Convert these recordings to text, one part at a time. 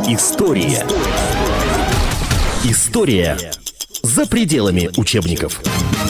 История. История за пределами учебников.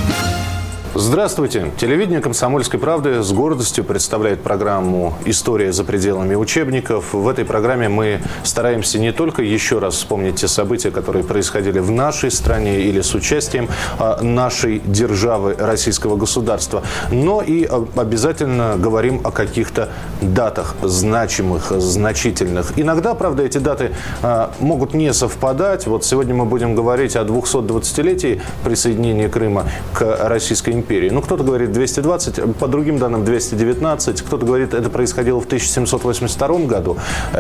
Здравствуйте! Телевидение «Комсомольской правды» с гордостью представляет программу «История за пределами учебников». В этой программе мы стараемся не только еще раз вспомнить те события, которые происходили в нашей стране или с участием нашей державы, российского государства, но и обязательно говорим о каких-то датах значимых, значительных. Иногда, правда, эти даты могут не совпадать. Вот сегодня мы будем говорить о 220-летии присоединения Крыма к Российской империи. Ну, кто-то говорит 220, по другим данным 219, кто-то говорит, это происходило в 1782 году.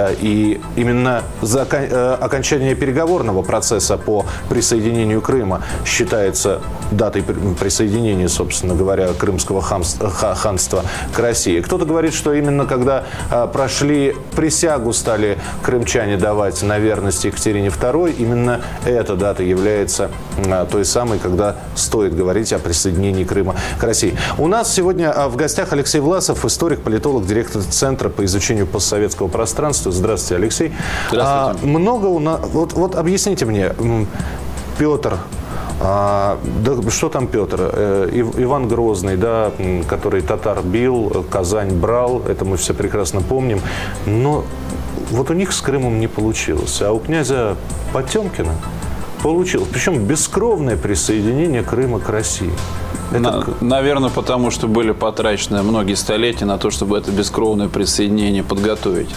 И именно за окончание переговорного процесса по присоединению Крыма считается датой присоединения, собственно говоря, Крымского ханства к России. Кто-то говорит, что именно когда прошли присягу, стали крымчане давать на верность Екатерине II, именно эта дата является той самой, когда стоит говорить о присоединении Крыма к России. У нас сегодня в гостях Алексей Власов, историк, политолог, директор Центра по изучению постсоветского пространства. Здравствуйте, Алексей. Здравствуйте. Много у нас... Вот объясните мне, Петр... да, что там Петр? Иван Грозный, да, который татар бил, Казань брал, это мы все прекрасно помним. Но вот у них с Крымом не получилось, а у князя Потемкина получилось. Причем бескровное присоединение Крыма к России. Наверное, потому что были потрачены многие столетия на то, чтобы это бескровное присоединение подготовить.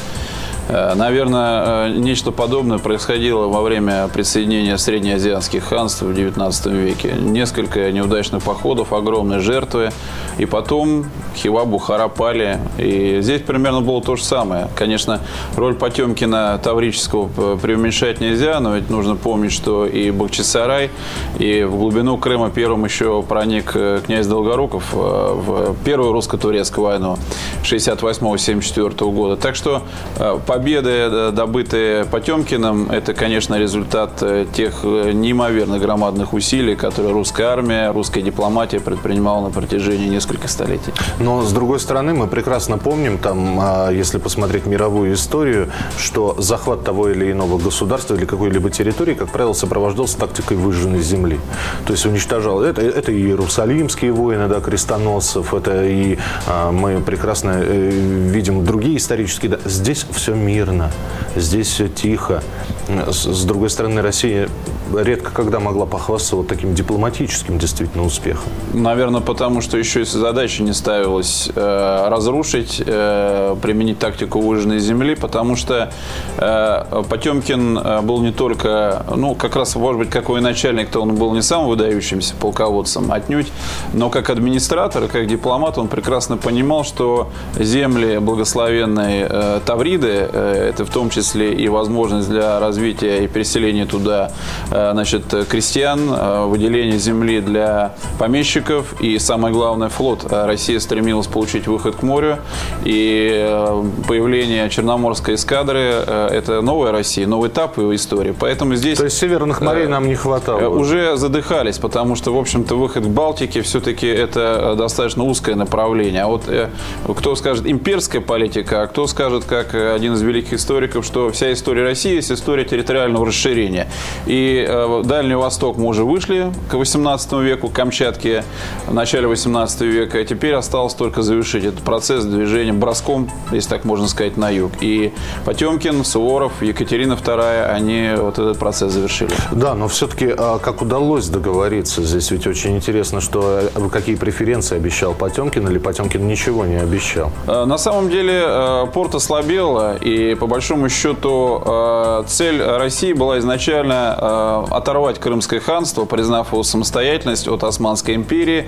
Наверное, нечто подобное происходило во время присоединения среднеазиатских ханств в XIX веке. Несколько неудачных походов, огромные жертвы. И потом Хива, Бухара пали. И здесь примерно было то же самое. Конечно, роль Потемкина таврического преуменьшать нельзя, но ведь нужно помнить, что и Бахчисарай, и в глубину Крыма первым еще проник князь Долгоруков в Первую русско-турецкую войну 68-74 года. Так что победы, добытые Потемкиным, это, конечно, результат тех неимоверно громадных усилий, которые русская армия, русская дипломатия предпринимала на протяжении нескольких столетий. Но, с другой стороны, мы прекрасно помним, там, если посмотреть мировую историю, что захват того или иного государства или какой-либо территории, как правило, сопровождался тактикой выжженной земли. То есть уничтожал. Это и иерусалимские войны, да, крестоносцев, это и мы прекрасно видим другие исторические. Да, здесь все мирно, здесь все тихо. С другой стороны, Россия редко когда могла похвастаться вот таким дипломатическим действительно успехом. Наверное, потому что еще и задача не ставилась разрушить, применить тактику выжженной земли, потому что Потемкин был не только, ну, как раз, может быть, как военачальник-то он был не самым выдающимся полководцем, отнюдь, но как администратор и как дипломат он прекрасно понимал, что земли благословенные Тавриды, это в том числе и возможность для развития и переселения туда, значит, крестьян, выделение земли для помещиков и, самое главное, флот. Россия стремилась получить выход к морю, и появление Черноморской эскадры – это новая Россия, новый этап в истории. Поэтому здесь… То есть северных морей нам не хватало? Уже задыхались, потому что, в общем-то, выход к Балтике все-таки это достаточно узкое направление. А вот кто скажет имперская политика, а кто скажет, как один из великих историков, что вся история России есть история территориального расширения. И Дальний Восток мы уже вышли к 18 веку, к Камчатке в начале 18 века. А теперь осталось только завершить этот процесс движением, броском, если так можно сказать, на юг. И Потемкин, Суворов, Екатерина II, они вот этот процесс завершили. Да, но все-таки как удалось договориться? Здесь ведь очень интересно, что какие преференции обещал Потемкин, или Потемкин ничего не обещал? На самом деле порт ослабела, и по большому счету цель России была изначально оторвать Крымское ханство, признав его самостоятельность от Османской империи,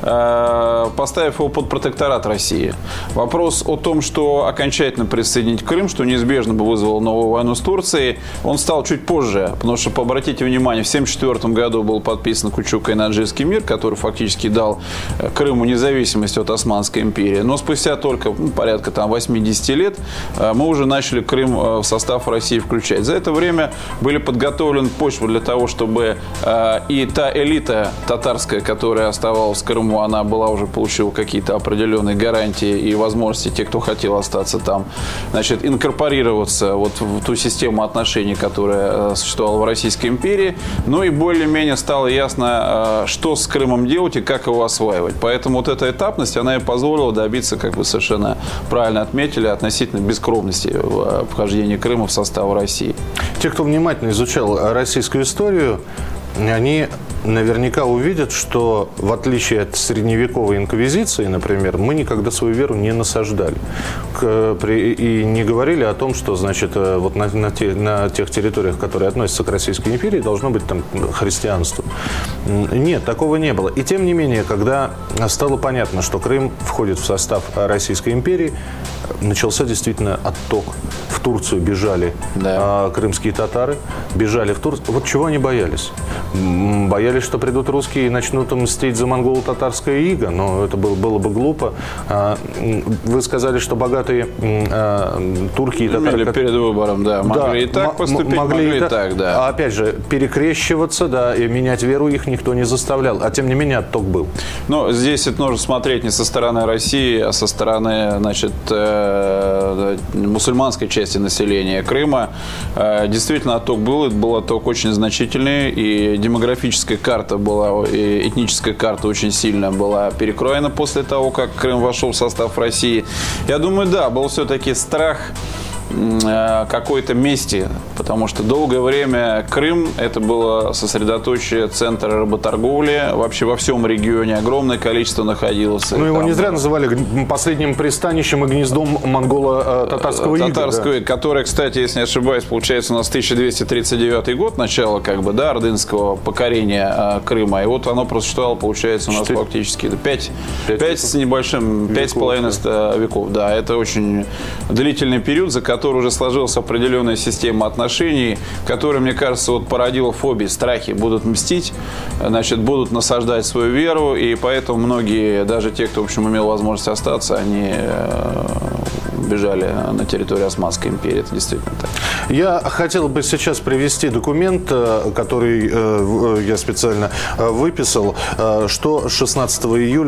поставив его под протекторат России. Вопрос о том, что окончательно присоединить Крым, что неизбежно бы вызвало новую войну с Турцией, он стал чуть позже, потому что, обратите внимание, в 1974 году был подписан Кучук-Кайнаджийский мир, который фактически дал Крыму независимость от Османской империи. Но спустя только порядка 80 лет мы уже начали Крым в состав России включать. За это время были подготовлены почвы для того, чтобы и та элита татарская, которая оставалась в Крыму, она была уже получила какие-то определенные гарантии и возможности, те, кто хотел остаться там, значит, инкорпорироваться вот в ту систему отношений, которая существовала в Российской империи. Ну и более-менее стало ясно, что с Крымом делать и как его осваивать. Поэтому вот эта этапность, она и позволила добиться, как вы совершенно правильно отметили, относительно бескровности вхождения Крыма в состав России. Те, кто внимательно изучал российскую историю, они наверняка увидят, что в отличие от средневековой инквизиции, например, мы никогда свою веру не насаждали. И не говорили о том, что, значит, вот на тех территориях, которые относятся к Российской империи, должно быть там христианство. Нет, такого не было. И тем не менее, когда стало понятно, что Крым входит в состав Российской империи, начался действительно отток. В Турцию бежали крымские татары, бежали в Турцию. Вот чего они боялись? Боялись, что придут русские и начнут мстить за монголо-татарское иго, но это было бы глупо. Вы сказали, что богатые турки и татары... Перед выбором, да. Могли и так поступить, могли и так, да. А опять же, перекрещиваться, да, и менять веру их никто не заставлял. А тем не менее, отток был. Но здесь это нужно смотреть не со стороны России, а со стороны, значит, мусульманской части населения Крыма. Действительно, отток был. Это был отток очень значительный. И демографическая карта была, и этническая карта очень сильно была перекроена после того, как Крым вошел в состав России. Я думаю, да, был все-таки страх какой-то мести, потому что долгое время Крым – это было сосредоточие центра работорговли, вообще во всем регионе огромное количество находилось. Ну, его не зря называли последним пристанищем и гнездом монголо-татарского ига. Да. Которое, кстати, если не ошибаюсь, получается у нас 1239 год, начало как бы, да, ордынского покорения Крыма, и вот оно просуществовало, получается, у нас фактически 5 с небольшим, 5,5 веков. Да, это очень длительный период, за который уже сложилась определенная система отношений, которая, мне кажется, вот породила фобии, страхи. Будут мстить, значит, будут насаждать свою веру, и поэтому многие, даже те, кто, в общем, имел возможность остаться, они бежали на территорию Османской империи. Это действительно так. Я хотел бы сейчас привести документ, который я специально выписал, что 16 июля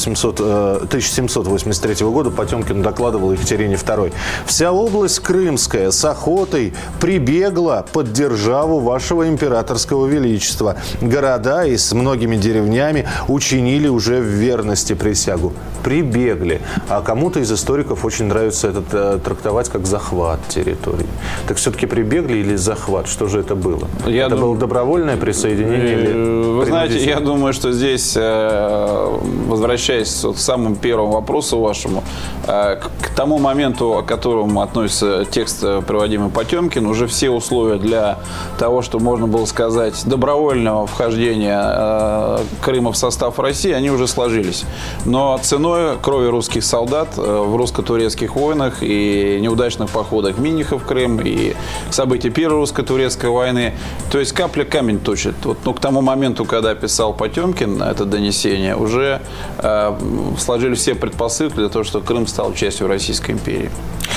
1783 года Потемкин докладывал Екатерине II. «Вся область Крымская с охотой прибегла под державу вашего императорского величества. Города и с многими деревнями учинили уже в верности присягу». Прибегли. А кому-то из историков очень нравится это трактовать как захват территории. Так все-таки прибегли или захват? Что же это было? Это было добровольное присоединение или... Вы знаете, я думаю, что здесь, возвращаясь к самому первому вопросу вашему, к тому моменту, к которому относится текст, приводимый Потемкин, уже все условия для того, чтобы можно было сказать добровольного вхождения Крыма в состав России, они уже сложились. Но ценой крови русских солдат в русско-турецких войнах и неудачных походах Миниха в Крым, и событий Первой русско-турецкой войны. То есть капля камень точит. Вот, к тому моменту, когда писал Потемкин это донесение, уже сложились все предпосылки для того, что Крым стал частью Российской империи.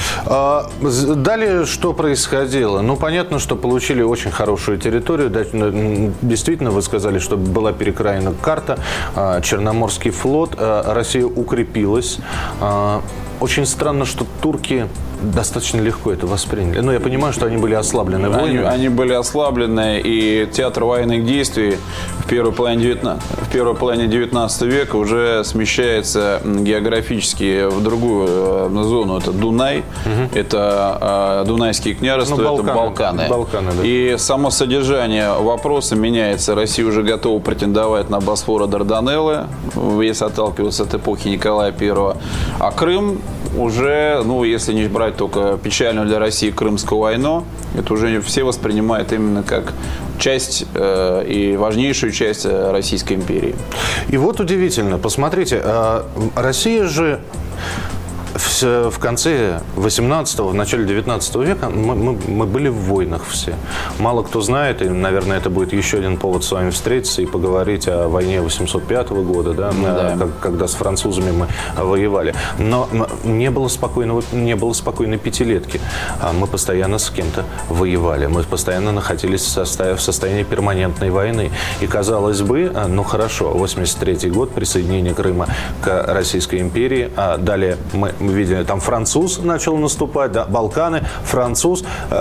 Далее что происходило? Ну, понятно, что получили очень хорошую территорию. Действительно, вы сказали, что была перекраена карта, Черноморский флот, Россия укрепилась. Очень странно, что турки достаточно легко это восприняли. Но я понимаю, что они были ослаблены войнами. Они были ослаблены, и театр военных действий в первой половине 19 века уже смещается географически в другую зону. Это Дунай, это Дунайские княжества, это Балканы. Да. И само содержание вопроса меняется. Россия уже готова претендовать на Босфор и Дарданеллы, если отталкиваться от эпохи Николая I. А Крым уже, ну, если не брать только печальную для России Крымскую войну, это уже все воспринимают именно как часть и важнейшую часть Российской империи. И вот удивительно, посмотрите, Россия же в конце 18-го, в начале 19 века мы были в войнах все. Мало кто знает, и, наверное, это будет еще один повод с вами встретиться и поговорить о войне 805 года, да, когда с французами мы воевали. Но не было спокойной пятилетки. Мы постоянно с кем-то воевали. Мы постоянно находились в состоянии перманентной войны. И, казалось бы, ну хорошо, 83-й год, присоединение Крыма к Российской империи. А далее мы видели, там француз начал наступать, да, Балканы, француз.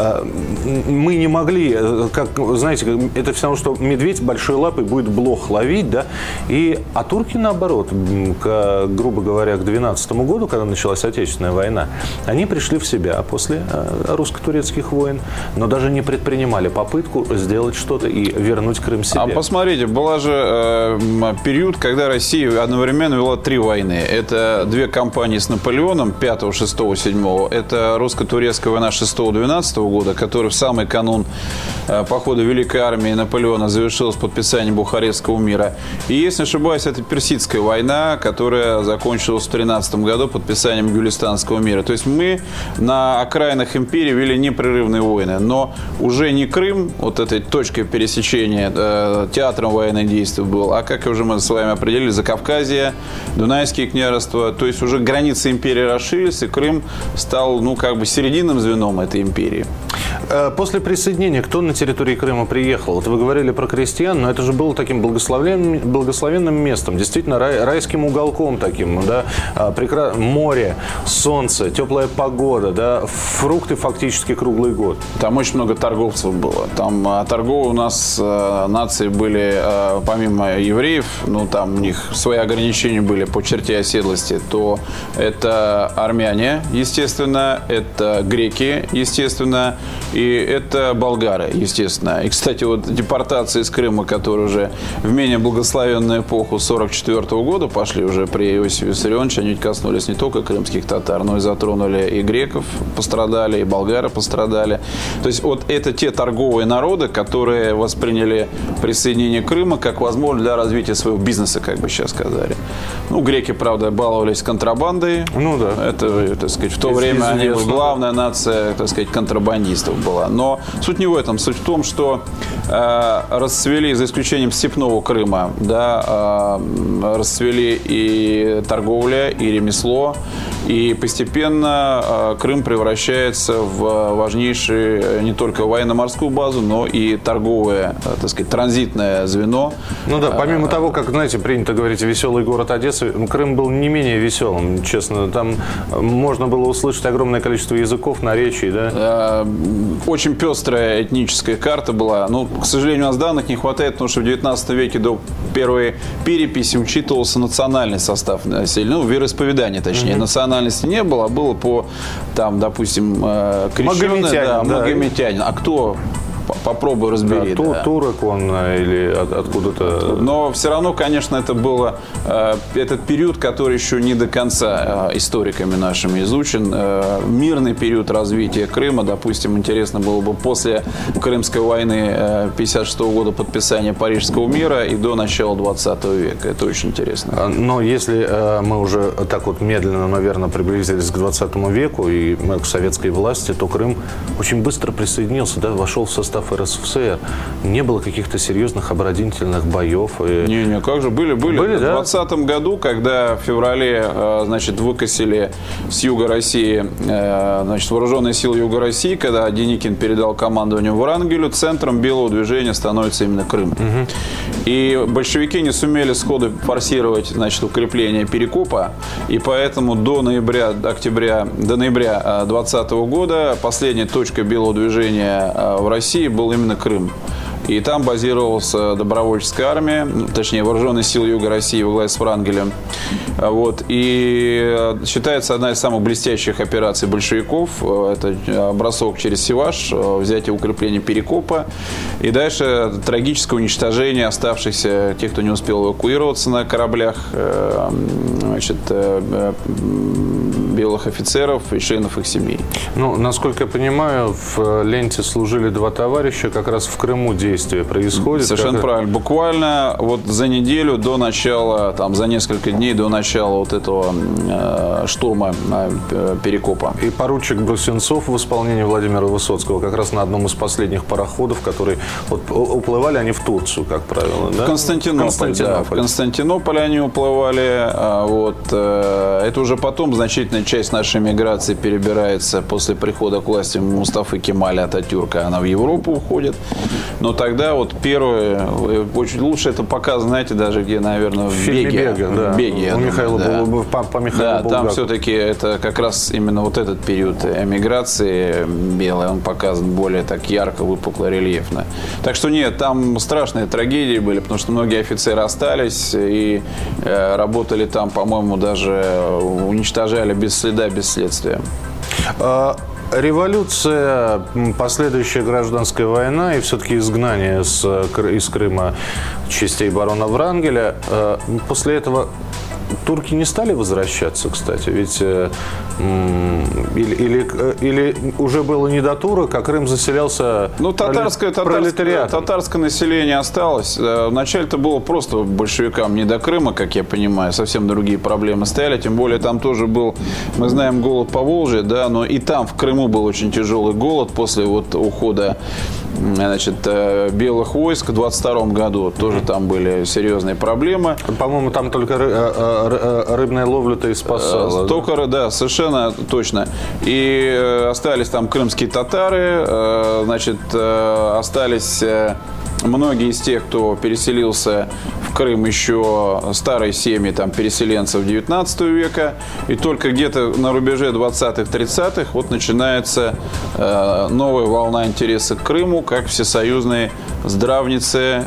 Мы не могли, как, знаете, это все равно, что медведь большой лапой будет блох ловить, да. А турки, наоборот, грубо говоря, к 12 году, когда началась Отечественная война, они пришли в себя после русско-турецких войн, но даже не предпринимали попытку сделать что-то и вернуть Крым себе. А посмотрите, была же период, когда Россия одновременно вела 3 войны. Это 2 кампании с Наполеоном 5, 6, 7. Это русско-турецкая война 6-12 года, которая в самый канун похода Великой армии Наполеона завершилась подписанием Бухарестского мира. И, если не ошибаюсь, это Персидская война, которая закончилась в 13 году подписанием Гюлистанского мира. То есть мы на окраинах империи вели непрерывные войны. Но уже не Крым, вот этой точкой пересечения, театром военных действий был, а, как уже мы с вами определили, Закавказье, Дунайские княжества. То есть уже границы империи расширились, и Крым стал, ну, как бы серединным звеном этой империи. После присоединения кто на территории Крыма приехал? Вот вы говорили про крестьян, но это же было таким благословенным местом, действительно райским уголком таким, да, море, солнце, теплая погода, да, фрукты фактически круглый год. Там очень много торговцев было. Там торговые у нас нации были, помимо евреев, ну там у них свои ограничения были по черте оседлости, то это армяне, естественно, это греки, естественно, и это болгары, естественно. И, кстати, вот депортации из Крыма, которые уже в менее благословенную эпоху 1944 года пошли уже при Иосифе Виссарионовиче, они коснулись не только крымских татар, но и затронули и греков, пострадали, и болгары пострадали. То есть вот это те торговые народы, которые восприняли присоединение Крыма как возможность для развития своего бизнеса, как бы сейчас сказали. Ну, греки, правда, баловались контрабандой. Ну да. Это, так сказать, в то время они главная нация, так сказать, контрабандистов была. Но суть не в этом. Суть в том, что расцвели, за исключением степного Крыма, да, расцвели и торговля, и ремесло, и постепенно Крым превращается в важнейшую не только военно-морскую базу, но и торговое, так сказать, транзитное звено. Ну да, помимо того, как, знаете, принято говорить, веселый город Одесса, Крым был не менее веселым, честно. Там можно было услышать огромное количество языков, наречий, да? Очень пестрая этническая карта была. Ну, к сожалению, у нас данных не хватает, потому что в 19 веке до первой переписи учитывался национальный состав населения, ну, вероисповедание, точнее. Национальности не было, было по, там, допустим, крещеный, да, магометянин. А кто? Попробуй разбери. Да, турок он или откуда-то. Но все равно, конечно, это было этот период, который еще не до конца историками нашими изучен. Мирный период развития Крыма, допустим, интересно было бы после Крымской войны 1956 года подписания Парижского мира и до начала 20 века. Это очень интересно. Но если мы уже так вот медленно, наверное, приблизились к 20 веку и к советской власти, то Крым очень быстро присоединился, да, вошел в состав РСФСР. Не было каких-то серьезных оборонительных боев. Не, как же, были. Были, да? В 2020 году, когда в феврале, значит, выкосили с юга России, значит, вооруженные силы юга России, когда Деникин передал командование Врангелю, центром белого движения становится именно Крым. И большевики не сумели сходу форсировать, значит, укрепление Перекопа, и поэтому до ноября 2020 года последняя точка белого движения в России был именно Крым. И там базировалась добровольческая армия, точнее, вооруженные силы Юга России во главе с Врангелем. Вот. И считается одна из самых блестящих операций большевиков. Это бросок через Севаш, взятие укрепления Перекопа. И дальше трагическое уничтожение оставшихся, тех, кто не успел эвакуироваться на кораблях, значит, белых офицеров и членов их семей. Ну, насколько я понимаю, в ленте служили два товарища, как раз в Крыму действовали. действие происходит. Совершенно правильно. Буквально вот за неделю до начала, там, за несколько дней до начала вот этого штурма Перекопа. И поручик Брусенцов в исполнении Владимира Высоцкого как раз на одном из последних пароходов, которые вот, уплывали они в Турцию, как правило. Да? В Константинополь. Да, в Константинополь они уплывали. Вот. Это уже потом значительная часть нашей миграции перебирается после прихода к власти Мустафы Кемаля Ататюрка. Она в Европу уходит. Но тогда вот первое, очень лучше это показано, знаете, даже где, наверное, в Беге. Да. В Беге, по Михаилу Булгакову. Там все-таки это как раз именно вот этот период эмиграции белой, он показан более так ярко, выпукло, рельефно. Так что нет, там страшные трагедии были, потому что многие офицеры остались и работали там, по-моему, даже уничтожали без следа, без следствия. Революция, последующая гражданская война и все-таки изгнание из Крыма частей барона Врангеля. После этого турки не стали возвращаться, кстати, ведь или уже было не до турок, а Крым заселялся пролетариатом. Татарское население осталось. Вначале-то было просто большевикам не до Крыма, как я понимаю, совсем другие проблемы стояли, тем более там тоже был, мы знаем, голод по Волжье, да, но и там в Крыму был очень тяжелый голод после вот ухода, значит, белых войск в 22 году, тоже там были серьезные проблемы. По-моему, там только рыбная ловля-то и спасала. Только, да, совершенно точно. И остались там крымские татары, значит, остались многие из тех, кто переселился в Крым, еще старые семьи там, переселенцев 19 века. И только где-то на рубеже 20-30-х вот начинается новая волна интереса к Крыму, как всесоюзные здравницы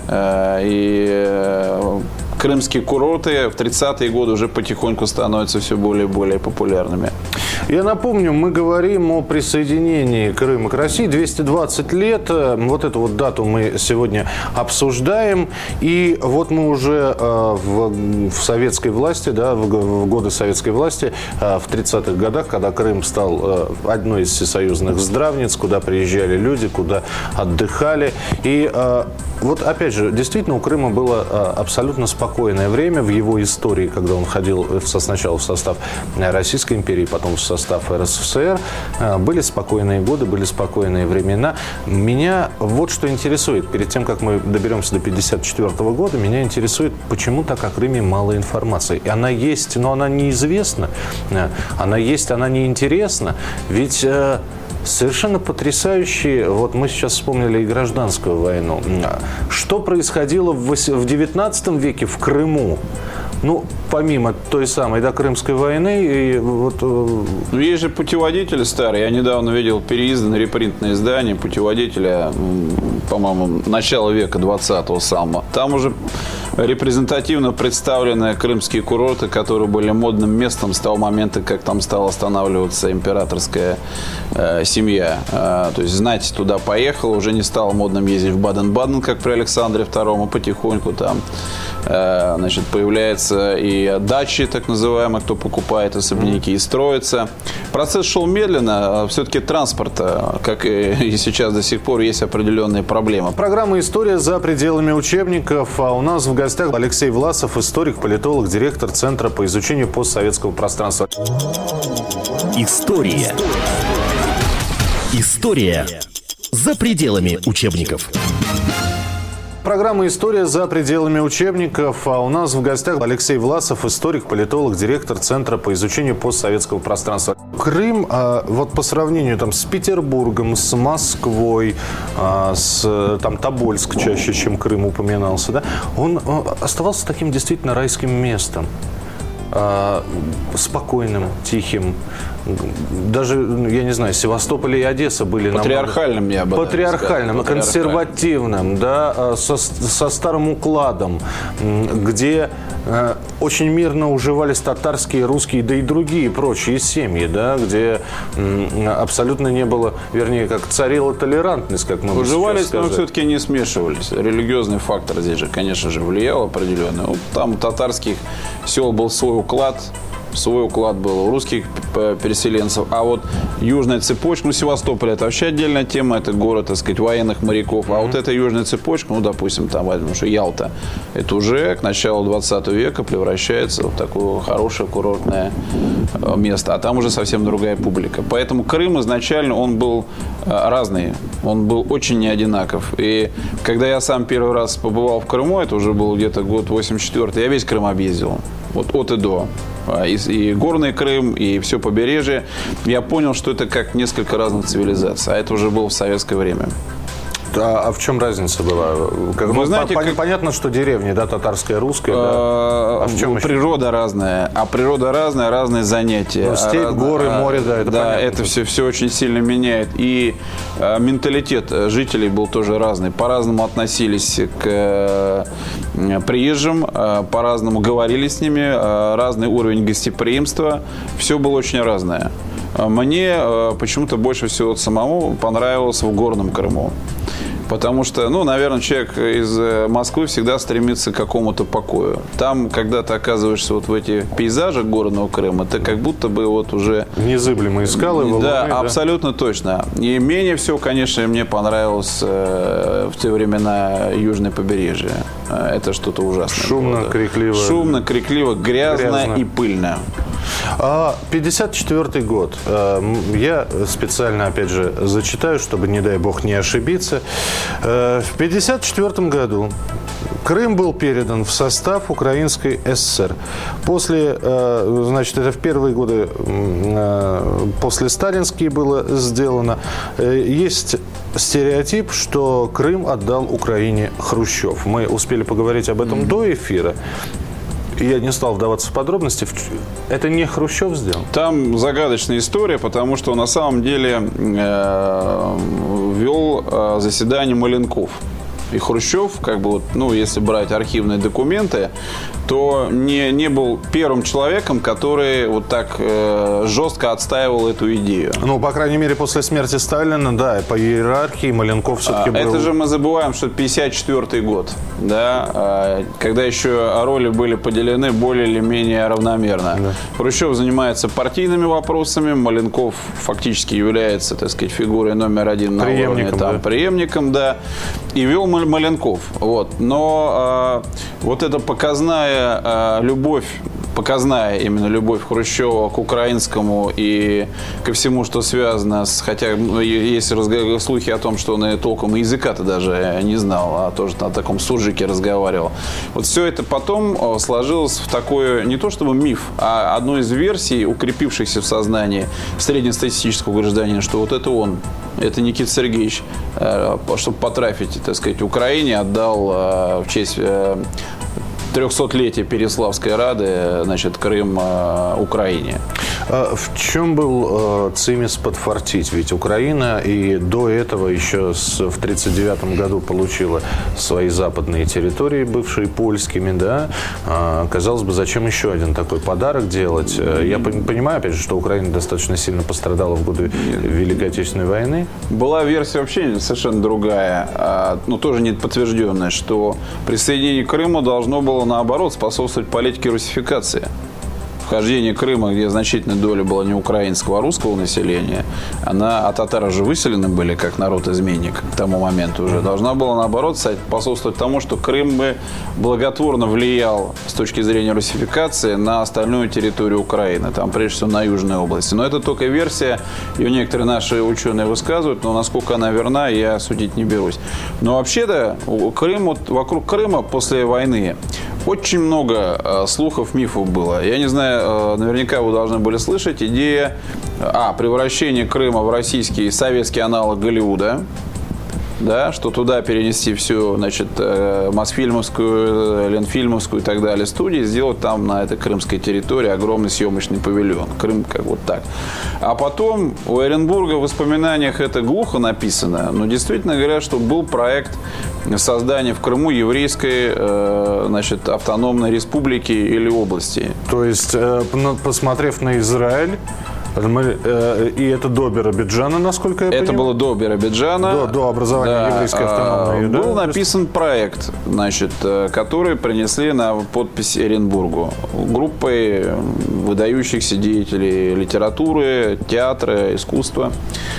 и крымские курорты в 30-е годы уже потихоньку становятся все более и более популярными. Я напомню, мы говорим о присоединении Крыма к России. 220 лет. Вот эту вот дату мы сегодня обсуждаем. И вот мы уже в советской власти, да, в годы советской власти, в 30-х годах, когда Крым стал одной из всесоюзных здравниц, куда приезжали люди, куда отдыхали. И вот опять же, действительно, у Крыма было абсолютно спокойное время в его истории, когда он ходил сначала в состав Российской империи, потом в состав РСФСР. Были спокойные годы, были спокойные времена. Меня вот что интересует. Перед тем, как мы доберемся до 1954 года, меня интересует, почему так о Крыме мало информации. И она есть, но она неизвестна. Она есть, она неинтересна. Ведь совершенно потрясающие, вот мы сейчас вспомнили и гражданскую войну. Что происходило в 19 веке в Крыму? Ну, помимо той самой, да, Крымской войны. И вот... Есть же путеводители старые. Я недавно видел переизданное репринтное издание путеводителя, по-моему, начала века 20-го самого. Там уже репрезентативно представлены крымские курорты, которые были модным местом с того момента, как там стала останавливаться императорская семья. То есть знать туда поехала, уже не стало модным ездить в Баден-Баден, как при Александре II, потихоньку там, значит, появляются и дачи, так называемые, кто покупает особняки, и строится. Процесс шел медленно, все-таки транспорта, как и сейчас до сих пор, есть определенные проблемы. Программа «История за пределами учебников». А у нас в гостях Алексей Власов, историк, политолог, директор Центра по изучению постсоветского пространства. История. История за пределами учебников. Программа «История за пределами учебников». А у нас в гостях Алексей Власов, историк, политолог, директор Центра по изучению постсоветского пространства. Крым, вот по сравнению там, с Петербургом, с Москвой, там Тобольск чаще, чем Крым упоминался, да, он оставался таким действительно райским местом. Спокойным, тихим. Даже, я не знаю, Севастополь и Одесса были патриархальным, я бы патриархальным, консервативным, да, со старым укладом, где очень мирно уживались татарские, русские, да и другие прочие семьи, да, где абсолютно не было, вернее, как царила толерантность, как мы уживались, но все-таки не смешивались. Религиозный фактор здесь же, конечно же, влиял определенно. Вот там у татарских сел был свой уклад, свой уклад был, у русских переселенцев. А вот южная цепочка, ну, Севастополь — это вообще отдельная тема, это город, так сказать, военных моряков. А вот эта южная цепочка, ну, допустим, там, возьмем, что Ялта, это уже к началу 20 века превращается в такое хорошее курортное место. А там уже совсем другая публика. Поэтому Крым изначально, он был разный, он был очень неодинаков. И когда я сам первый раз побывал в Крыму, это уже был где-то год 84-й, я весь Крым объездил, вот от и до. И горный Крым, и все побережье. Я понял, что это как несколько разных цивилизаций. А это уже было в советское время. А в чем разница была? Вы знаете, понятно, что деревни, да, татарская, русская. Да. А в чем природа разная. А природа разная, разные занятия. Ну, степь, горы, море, да, это понятно. Это все очень сильно меняет. И менталитет жителей был тоже разный. По-разному относились к приезжим, по-разному говорили с ними, разный уровень гостеприимства. Все было очень разное. Мне почему-то больше всего самому понравилось в горном Крыму. Потому что, ну, наверное, человек из Москвы всегда стремится к какому-то покою. Там, когда ты оказываешься вот в этих пейзажах горного Крыма, ты как будто бы вот уже... Незыблемые скалы, валуны. Да, абсолютно точно. И менее всего, конечно, мне понравилось в те времена южное побережье. Это что-то ужасное. Шумно, крикливо. Шумно, крикливо, грязно и пыльно. 54-й год. Я специально, опять же, зачитаю, чтобы, не дай бог, не ошибиться. В 54-м году Крым был передан в состав Украинской ССР. После, значит, это в первые годы после сталинские было сделано. Есть стереотип, что Крым отдал Украине Хрущев. Мы успели поговорить об этом до эфира. Я не стал вдаваться в подробности. Это не Хрущев сделал? Там загадочная история, потому что на самом деле вел заседание Маленков. И Хрущев, как бы, вот, ну, если брать архивные документы, то не был первым человеком, который вот так жестко отстаивал эту идею. Ну, по крайней мере, после смерти Сталина, да, по иерархии Маленков все-таки был... Это же мы забываем, что 54-й год, да, когда еще роли были поделены более или менее равномерно. Да. Хрущев занимается партийными вопросами, Маленков фактически является, так сказать, фигурой номер один на уровне, там, преемником, да, и вел Маленков. Вот. Но вот эта показная любовь, именно любовь Хрущева к украинскому и ко всему, что связано с... Хотя есть слухи о том, что он и толком языка-то даже не знал, а тоже на таком суржике разговаривал. Вот все это потом сложилось в такое, не то чтобы миф, а одну из версий, укрепившихся в сознании среднестатистического гражданина, что вот это он, это Никита Сергеевич, чтобы потрафить, так сказать, Украине, отдал в честь 300-летия Переяславской Рады, значит, Крым Украине. В чем был цимис подфартить? Ведь Украина и до этого еще в 1939 году получила свои западные территории, бывшие польскими, да? Казалось бы, зачем еще один такой подарок делать? Я понимаю, опять же, что Украина достаточно сильно пострадала в годы Великой Отечественной войны. Была версия вообще совершенно другая, но тоже не подтвержденная, что присоединение к Крыму должно было, наоборот, способствовать политике русификации. Вхождение Крыма, где значительная доля была не украинского, а русского населения, а татары же выселены были как народ-изменник к тому моменту уже, должна была, наоборот, способствовать тому, что Крым бы благотворно влиял с точки зрения русификации на остальную территорию Украины, там, прежде всего, на южной области. Но это только версия, ее некоторые наши ученые высказывают, но насколько она верна, я судить не берусь. Но вообще-то Крым, вот, вокруг Крыма после войны очень много слухов, мифов было. Я не знаю, наверняка вы должны были слышать идея превращения Крыма в российский советский аналог Голливуда. Да, что туда перенести всю, значит, Мосфильмовскую, Ленфильмовскую и так далее студии, сделать там на этой крымской территории огромный съемочный павильон. Крым как вот так. А потом у Эренбурга в воспоминаниях это глухо написано, но действительно говорят, что был проект создания в Крыму еврейской, значит, автономной республики или области. То есть, посмотрев на Израиль, И это до Биробиджана, насколько я понимаю? Это было до Биробиджана. До образования еврейской автономии. Был написан проект, значит, который принесли на подпись Эренбургу группой выдающихся деятелей литературы, театра, искусства.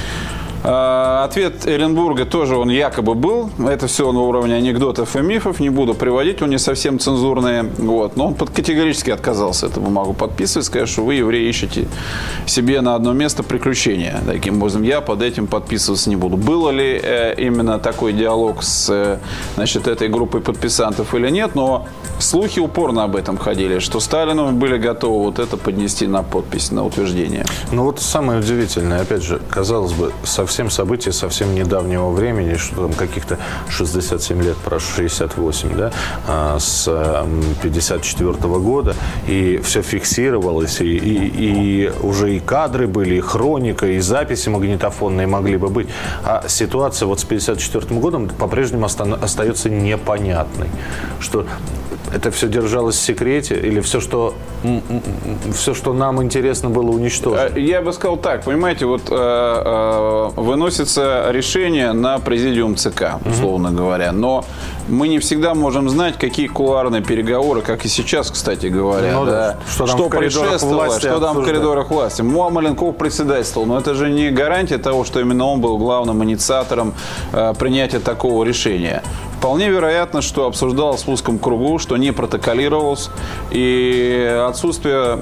Ответ Эренбурга тоже, он якобы был. Это все на уровне анекдотов и мифов. Не буду приводить, он не совсем цензурные. Вот. Но он категорически отказался эту бумагу подписывать. Сказал, что вы, евреи, ищете себе на одно место приключения. Таким образом, я под этим подписываться не буду. Было ли именно такой диалог с, значит, этой группой подписантов или нет, но слухи упорно об этом ходили, что Сталину были готовы вот это поднести на подпись, на утверждение. Ну вот самое удивительное, опять же, казалось бы, совсем события совсем недавнего времени, что там каких-то 67 лет прошло, 68, да, с 54 года, и все фиксировалось, и уже и кадры были, и хроника, и записи магнитофонные могли бы быть. А ситуация вот с 54 годом по-прежнему остается непонятной. Что это все держалось в секрете, или все, что нам интересно, было уничтожено? Я бы сказал так, понимаете, вот выносится решение на президиум ЦК, условно говоря, но мы не всегда можем знать, какие кулуарные переговоры, как и сейчас, кстати говоря, ну, да, что предшествовало, что там в коридорах власти. Маленков председательствовал, но это же не гарантия того, что именно он был главным инициатором принятия такого решения. Вполне вероятно, что обсуждалось в узком кругу, что не протоколировалось, и отсутствие,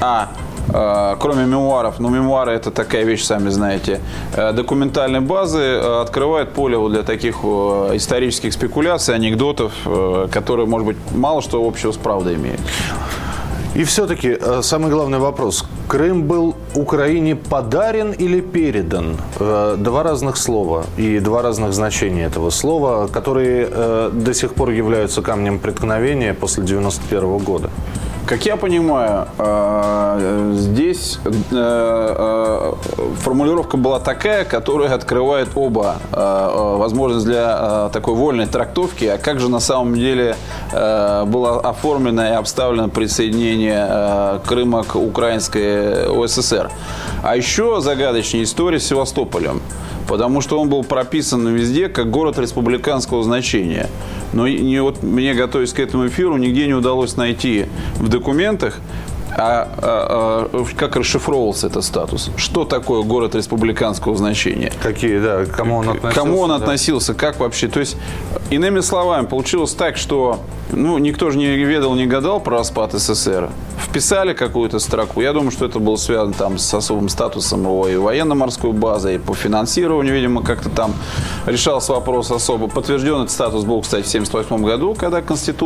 кроме мемуаров, но мемуары — это такая вещь, сами знаете, документальной базы, открывает поле вот для таких исторических спекуляций, анекдотов, которые, может быть, мало что общего с правдой имеют. И все-таки самый главный вопрос. Крым был Украине подарен или передан? Два разных слова и два разных значения этого слова, которые до сих пор являются камнем преткновения после 1991 года. Как я понимаю, здесь формулировка была такая, которая открывает возможность для такой вольной трактовки, а как же на самом деле было оформлено и обставлено присоединение Крыма к Украинской ОССР. А еще загадочнее история с Севастополем, потому что он был прописан везде как город республиканского значения. Но мне, готовясь к этому эфиру, нигде не удалось найти в документах, как расшифровывался этот статус. Что такое город республиканского значения? Кому он относился? Кому он относился, как вообще? То есть, иными словами, получилось так, что никто же не ведал, не гадал про распад СССР. Вписали какую-то строку. Я думаю, что это было связано там с особым статусом его и военно-морской базы, и по финансированию, видимо, как-то там решался вопрос особо. Подтвержден этот статус был, кстати, в 1978 году, когда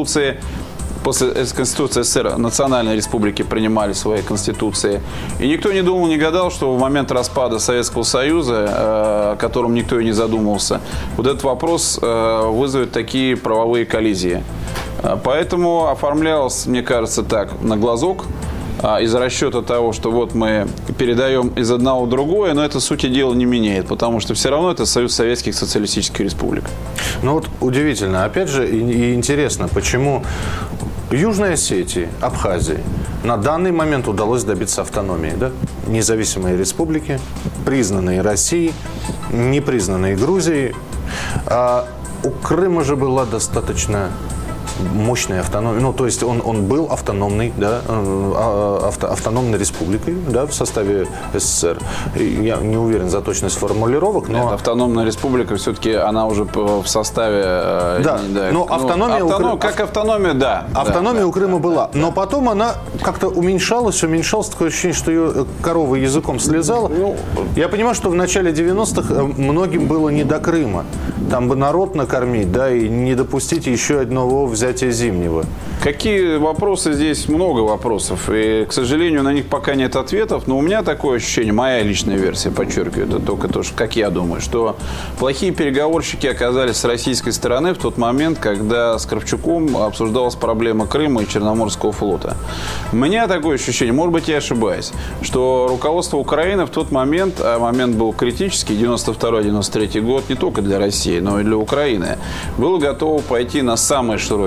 после Конституции СССР национальные республики принимали свои конституции. И никто не думал, не гадал, что в момент распада Советского Союза, о котором никто и не задумывался, вот этот вопрос вызовет такие правовые коллизии. Поэтому оформлялось, мне кажется, так, на глазок, из расчета того, что вот мы передаем из одного в другое, но это сути дела не меняет, потому что все равно это Союз Советских Социалистических Республик. Ну вот удивительно, опять же, и интересно, почему Южной Осетии, Абхазии на данный момент удалось добиться автономии, да? Независимые республики, признанные Россией, не признанные Грузией. А у Крыма же была достаточно мощная автономия. Ну, то есть он был автономной, да, автономной республикой, да, в составе СССР. Я не уверен за точность формулировок, но... Нет, автономная республика все-таки, она уже в составе... Да, но автономия... Как автономия, да. Автономия у Крыма была. Но потом она как-то уменьшалась, такое ощущение, что ее корова языком слезала. Я понимаю, что в начале 90-х многим было не до Крыма. Там бы народ накормить, да, и не допустить еще одного взятия Зимнего. Какие вопросы здесь? Много вопросов. И, к сожалению, на них пока нет ответов. Но у меня такое ощущение, моя личная версия, подчеркиваю, это только то, что, как я думаю, что плохие переговорщики оказались с российской стороны в тот момент, когда с Кравчуком обсуждалась проблема Крыма и Черноморского флота. У меня такое ощущение, может быть, я ошибаюсь, что руководство Украины в тот момент, а момент был критический, 92-93 год, не только для России, но и для Украины, было готово пойти на самые широкие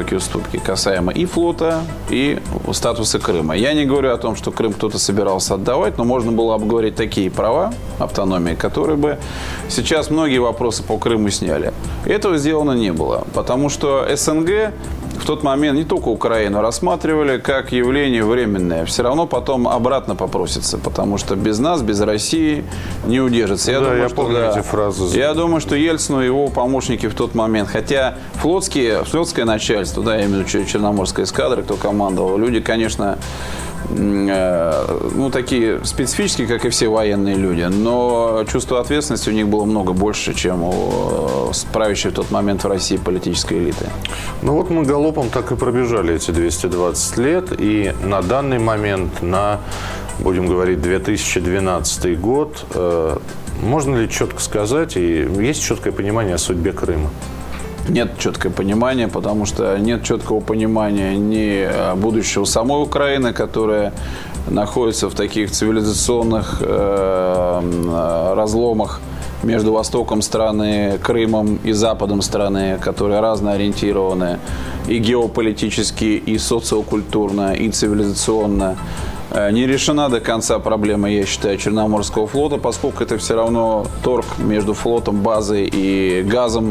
высокие уступки касаемо и флота, и статуса Крыма. Я не говорю о том, что Крым кто-то собирался отдавать, но можно было обговорить такие права автономии, которые бы сейчас многие вопросы по Крыму сняли. Этого сделано не было, потому что СНГ в тот момент не только Украину рассматривали как явление временное. Все равно потом обратно попросится, потому что без нас, без России не удержится. Я помню эти фразы. Я думаю, что Ельцину и его помощники в тот момент, хотя флотское начальство, да, я имею в виду Черноморская эскадра, кто командовал, люди, конечно, такие специфические, как и все военные люди, но чувство ответственности у них было много больше, чем у правящей в тот момент в России политической элиты. Ну вот мы галопом так и пробежали эти 220 лет, и на данный момент, будем говорить, 2012 год, можно ли четко сказать, и есть четкое понимание о судьбе Крыма? Нет четкого понимания, потому что нет четкого понимания ни будущего самой Украины, которая находится в таких цивилизационных разломах между востоком страны, Крымом и западом страны, которые разно ориентированы и геополитически, и социокультурно, и цивилизационно. Не решена до конца проблема, я считаю, Черноморского флота, поскольку это все равно торг между флотом, базой и газом.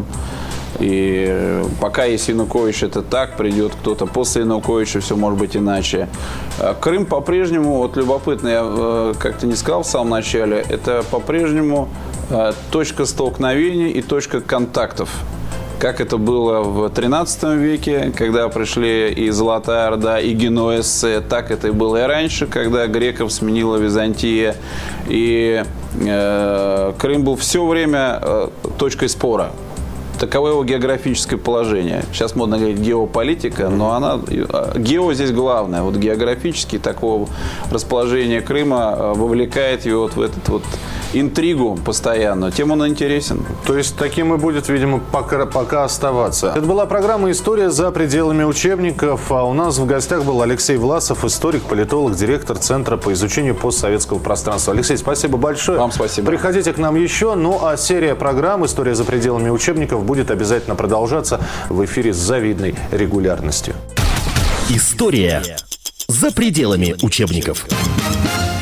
И пока есть Янукович, это так, придет кто-то после Януковича, все может быть иначе. Крым по-прежнему, вот любопытно, я как-то не сказал в самом начале, это по-прежнему точка столкновения и точка контактов. Как это было в XIII веке, когда пришли и Золотая Орда, и Генуэзцы, так это и было и раньше, когда греков сменила Византия. И Крым был все время точкой спора. Таково его географическое положение. Сейчас модно говорить геополитика, но гео здесь главное. Вот географически такого расположения Крыма вовлекает его вот в этот вот интригу постоянно. Тем он интересен. То есть таким и будет, видимо, пока оставаться. Это была программа «История за пределами учебников». А у нас в гостях был Алексей Власов, историк, политолог, директор Центра по изучению постсоветского пространства. Алексей, спасибо большое. Вам спасибо. Приходите к нам еще. Ну а серия программ «История за пределами учебников» будет обязательно продолжаться в эфире с завидной регулярностью. История за пределами учебников.